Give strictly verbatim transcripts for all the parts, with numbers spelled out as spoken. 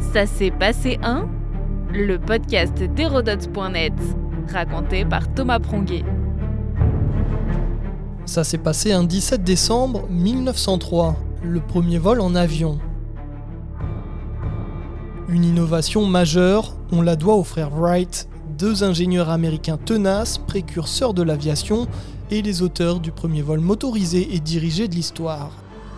Ça s'est passé un, le podcast d'Hérodote point net, raconté par Thomas Pronguet. Ça s'est passé un dix-sept décembre mille neuf cent trois, le premier vol en avion. Une innovation majeure, on la doit aux frères Wright, deux ingénieurs américains tenaces, précurseurs de l'aviation et les auteurs du premier vol motorisé et dirigé de l'histoire.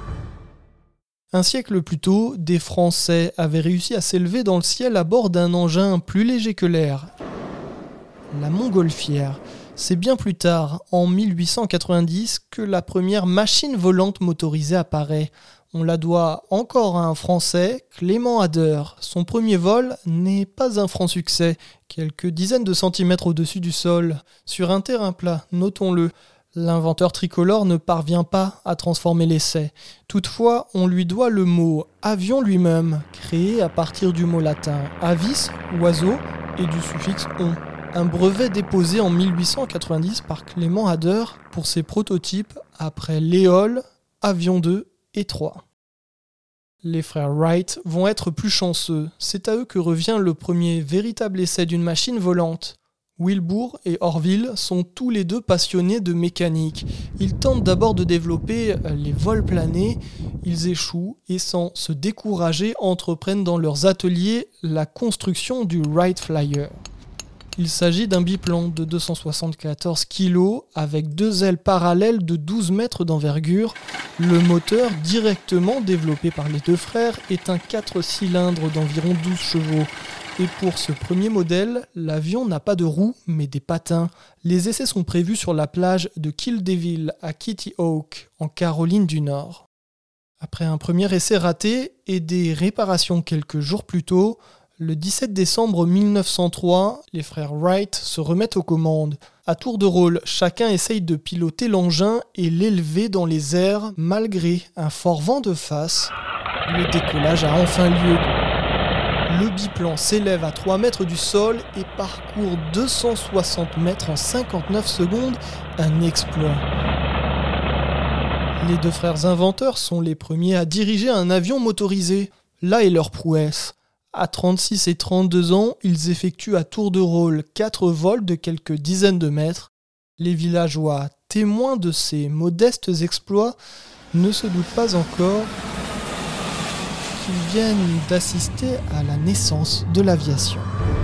Un siècle plus tôt, des Français avaient réussi à s'élever dans le ciel à bord d'un engin plus léger que l'air, la Montgolfière. C'est bien plus tard, en mille huit cent quatre-vingt-dix, que la première machine volante motorisée apparaît. On la doit encore à un Français, Clément Ader. Son premier vol n'est pas un franc succès, quelques dizaines de centimètres au-dessus du sol, sur un terrain plat, notons-le. L'inventeur tricolore ne parvient pas à transformer l'essai. Toutefois, on lui doit le mot « avion » lui-même, créé à partir du mot latin « avis » oiseau et du suffixe « on ». Un brevet déposé en mille huit cent quatre-vingt-dix par Clément Ader pour ses prototypes après l'Éole, Avion deux et trois. Les frères Wright vont être plus chanceux. C'est à eux que revient le premier véritable essai d'une machine volante. Wilbur et Orville sont tous les deux passionnés de mécanique. Ils tentent d'abord de développer les vols planés, ils échouent et sans se décourager entreprennent dans leurs ateliers la construction du Wright Flyer. Il s'agit d'un biplan de deux cent soixante-quatorze kilos avec deux ailes parallèles de douze mètres d'envergure. Le moteur, directement développé par les deux frères, est un quatre cylindres d'environ douze chevaux. Et pour ce premier modèle, l'avion n'a pas de roues, mais des patins. Les essais sont prévus sur la plage de Kill Devil à Kitty Hawk, en Caroline du Nord. Après un premier essai raté et des réparations quelques jours plus tôt, le dix-sept décembre mille neuf cent trois, les frères Wright se remettent aux commandes. À tour de rôle, chacun essaye de piloter l'engin et l'élever dans les airs malgré un fort vent de face. Le décollage a enfin lieu. Le biplan s'élève à trois mètres du sol et parcourt deux cent soixante mètres en cinquante-neuf secondes, un exploit. Les deux frères inventeurs sont les premiers à diriger un avion motorisé. Là est leur prouesse. À trente-six et trente-deux ans, ils effectuent à tour de rôle quatre vols de quelques dizaines de mètres. Les villageois, témoins de ces modestes exploits, ne se doutent pas encore qu'ils viennent d'assister à la naissance de l'aviation.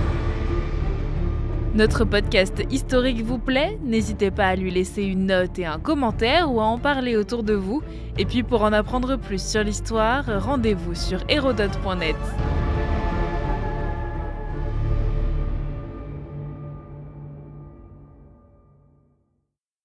Notre podcast historique vous plaît ? N'hésitez pas à lui laisser une note et un commentaire ou à en parler autour de vous. Et puis pour en apprendre plus sur l'histoire, rendez-vous sur Hérodote point net.